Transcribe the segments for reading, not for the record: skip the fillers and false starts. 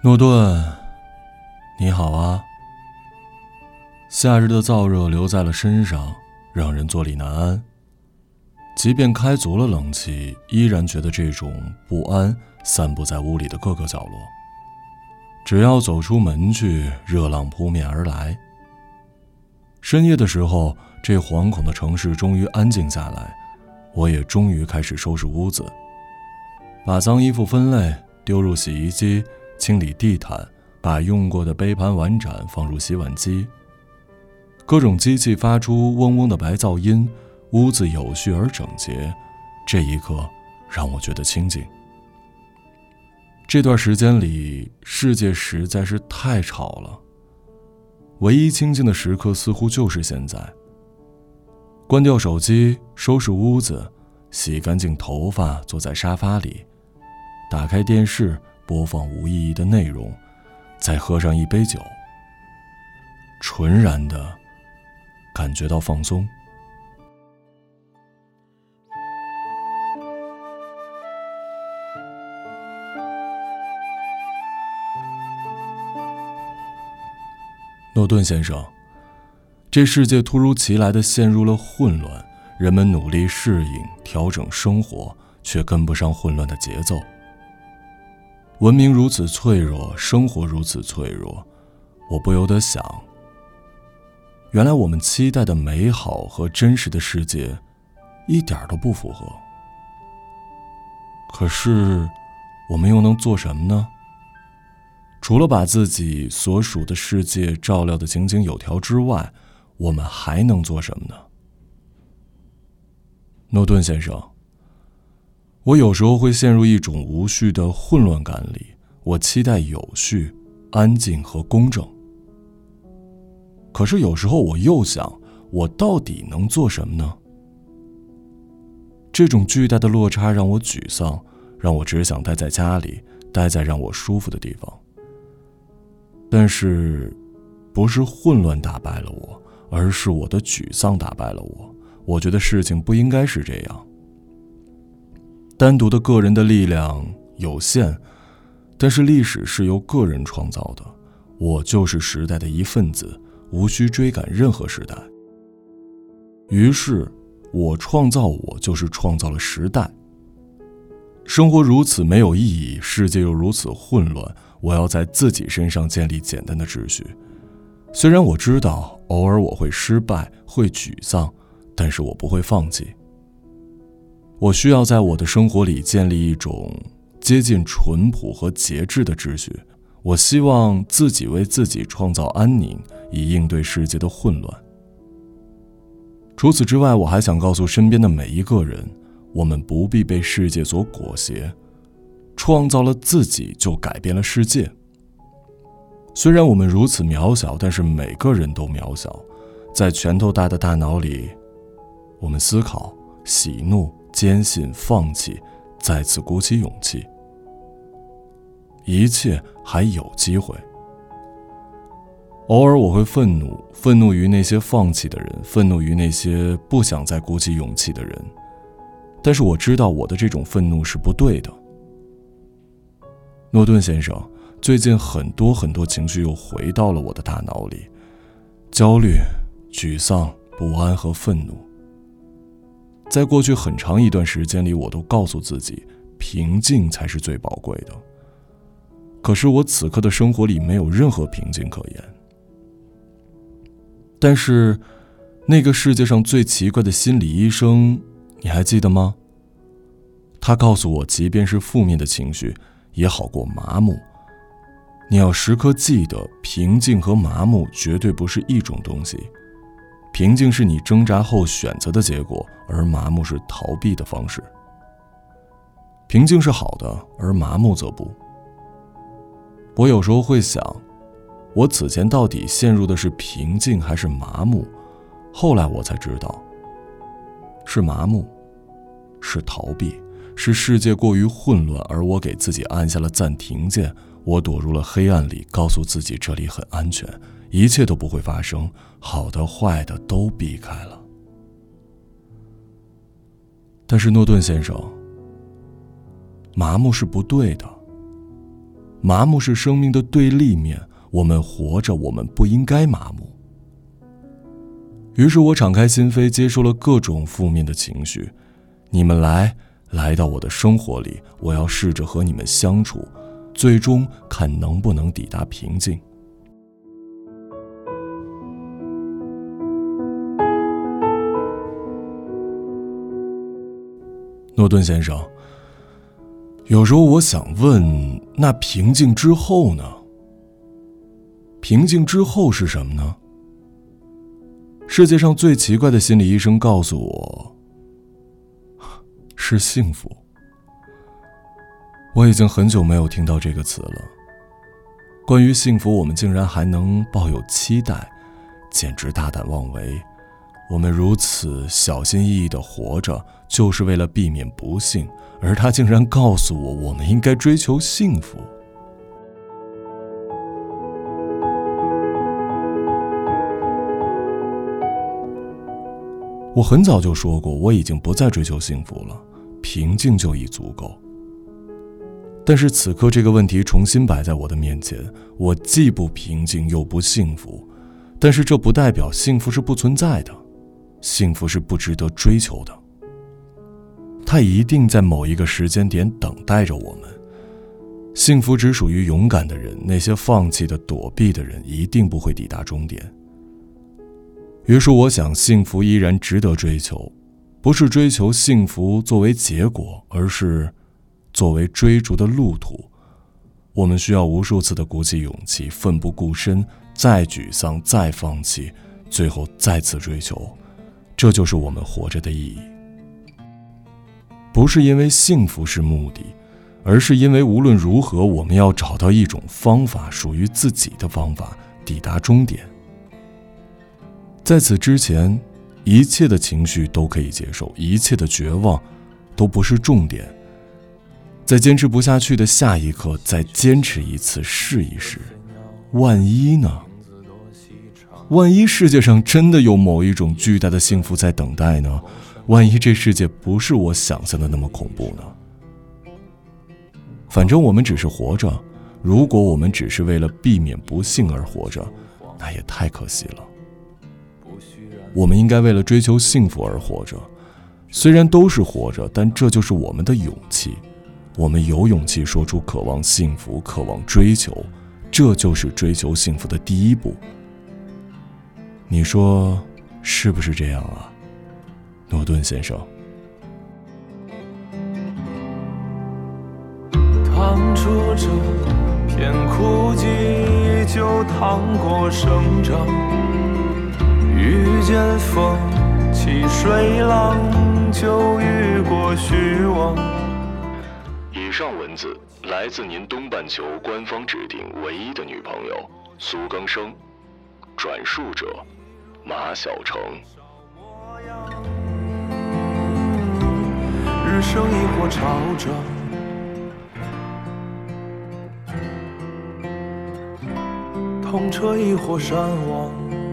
诺顿，你好啊。夏日的燥热留在了身上，让人坐立难安。即便开足了冷气，依然觉得这种不安散布在屋里的各个角落。只要走出门去，热浪扑面而来。深夜的时候，这惶恐的城市终于安静下来，我也终于开始收拾屋子，把脏衣服分类，丢入洗衣机，清理地毯，把用过的杯盘碗盏放入洗碗机。各种机器发出嗡嗡的白噪音，屋子有序而整洁，这一刻让我觉得清静。这段时间里，世界实在是太吵了，唯一清静的时刻似乎就是现在。关掉手机，收拾屋子，洗干净头发，坐在沙发里，打开电视，播放无意义的内容，再喝上一杯酒，纯然的感觉到放松。诺顿先生，这世界突如其来的陷入了混乱，人们努力适应调整生活，却跟不上混乱的节奏。文明如此脆弱，生活如此脆弱，我不由得想，原来我们期待的美好和真实的世界一点都不符合。可是我们又能做什么呢？除了把自己所属的世界照料得井井有条之外，我们还能做什么呢？诺顿先生，我有时候会陷入一种无序的混乱感里，我期待有序、安静和公正。可是有时候我又想，我到底能做什么呢？这种巨大的落差让我沮丧，让我只想待在家里，待在让我舒服的地方。但是，不是混乱打败了我，而是我的沮丧打败了我。我觉得事情不应该是这样。单独的个人的力量有限，但是历史是由个人创造的，我就是时代的一份子，无需追赶任何时代。于是，我创造我，就是创造了时代。生活如此没有意义，世界又如此混乱，我要在自己身上建立简单的秩序。虽然我知道偶尔我会失败，会沮丧，但是我不会放弃。我需要在我的生活里建立一种接近淳朴和节制的秩序。我希望自己为自己创造安宁，以应对世界的混乱。除此之外，我还想告诉身边的每一个人，我们不必被世界所裹挟，创造了自己就改变了世界。虽然我们如此渺小，但是每个人都渺小。在拳头大的大脑里，我们思考、喜怒、坚信、放弃，再次鼓起勇气。一切还有机会。偶尔我会愤怒于那些放弃的人，愤怒于那些不想再鼓起勇气的人。但是我知道我的这种愤怒是不对的。诺顿先生，最近很多情绪又回到了我的大脑里，焦虑、沮丧、不安和愤怒。在过去很长一段时间里，我都告诉自己，平静才是最宝贵的。可是我此刻的生活里没有任何平静可言。但是，那个世界上最奇怪的心理医生，你还记得吗？他告诉我，即便是负面的情绪，也好过麻木。你要时刻记得，平静和麻木绝对不是一种东西。平静是你挣扎后选择的结果，而麻木是逃避的方式。平静是好的，而麻木则不。我有时候会想，我此前到底陷入的是平静还是麻木？后来我才知道，是麻木，是逃避，是世界过于混乱，而我给自己按下了暂停键。我躲入了黑暗里，告诉自己这里很安全，一切都不会发生，好的坏的都避开了。但是诺顿先生，麻木是不对的。 麻木是生命的对立面，我们活着，我们不应该麻木。于是我敞开心扉，接受了各种负面的情绪。你们来到我的生活里，我要试着和你们相处，最终看能不能抵达平静。诺顿先生，有时候我想问，那平静之后呢？平静之后是什么呢？世界上最奇怪的心理医生告诉我，是幸福。我已经很久没有听到这个词了。关于幸福，我们竟然还能抱有期待，简直大胆妄为。我们如此小心翼翼地活着，就是为了避免不幸，而他竟然告诉我，我们应该追求幸福。我很早就说过，我已经不再追求幸福了，平静就已足够。但是此刻这个问题重新摆在我的面前，我既不平静又不幸福，但是这不代表幸福是不存在的，幸福是不值得追求的。它一定在某一个时间点等待着我们。幸福只属于勇敢的人，那些放弃的、躲避的人一定不会抵达终点。于是我想，幸福依然值得追求，不是追求幸福作为结果，而是作为追逐的路途。我们需要无数次的鼓起勇气，奋不顾身，再沮丧，再放弃，最后再次追求。这就是我们活着的意义。不是因为幸福是目的，而是因为无论如何，我们要找到一种方法，属于自己的方法，抵达终点。在此之前，一切的情绪都可以接受，一切的绝望都不是重点。在坚持不下去的下一刻，再坚持一次，试一试。万一呢？万一世界上真的有某一种巨大的幸福在等待呢？万一这世界不是我想象的那么恐怖呢？反正我们只是活着，如果我们只是为了避免不幸而活着，那也太可惜了。我们应该为了追求幸福而活着，虽然都是活着，但这就是我们的勇气。我们有勇气说出渴望幸福，渴望追求，这就是追求幸福的第一步。你说是不是这样啊，诺顿先生？ 趟出这片枯寂，就趟过生长，遇见风起水浪，就遇过虚妄。 以上文字来自您东半球官方指定唯一的女朋友苏更生，转述者马晓成。 日升亦或潮涨，痛彻亦或山亡。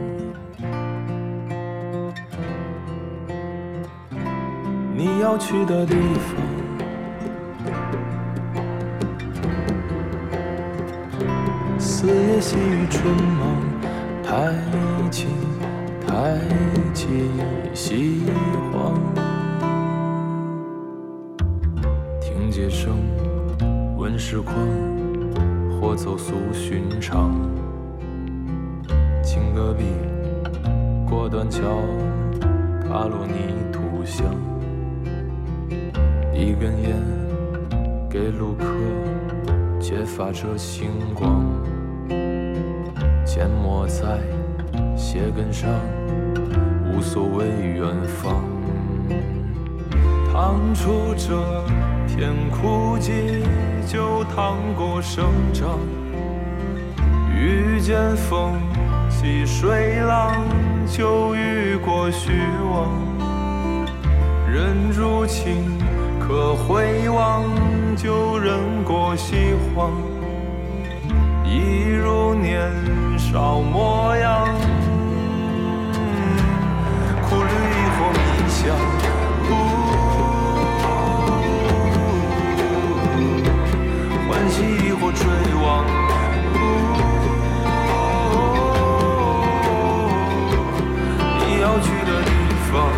你要去的地方，四野细雨春忙，太清太气西荒。听街声问时况，或走俗寻常。青戈壁过断桥，踏落泥土香。一根烟给路客，却发着星光。阡陌在鞋跟上，无所谓远方。趟出这片枯寂，就趟过生长。遇见风起水浪，就遇过虚妄。人如情可回望，就忍过西荒。一如年少模样，苦日亦或迷香。欢喜亦或追望。你要去的地方，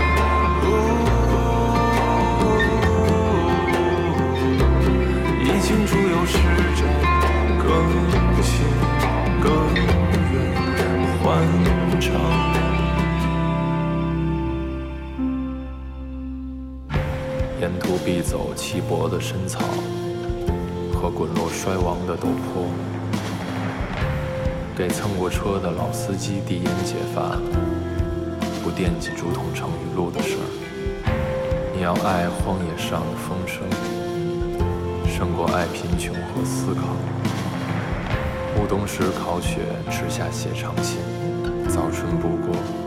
已经诸有时针，更新更远欢唱。沿途必走稀薄的深草和滚落衰亡的陡坡，给蹭过车的老司机递烟解发，不惦记竹筒盛雨露的事儿。你要爱荒野上的风声，胜过爱贫穷和思考。暮冬时烤雪，吃下写长信，早春不过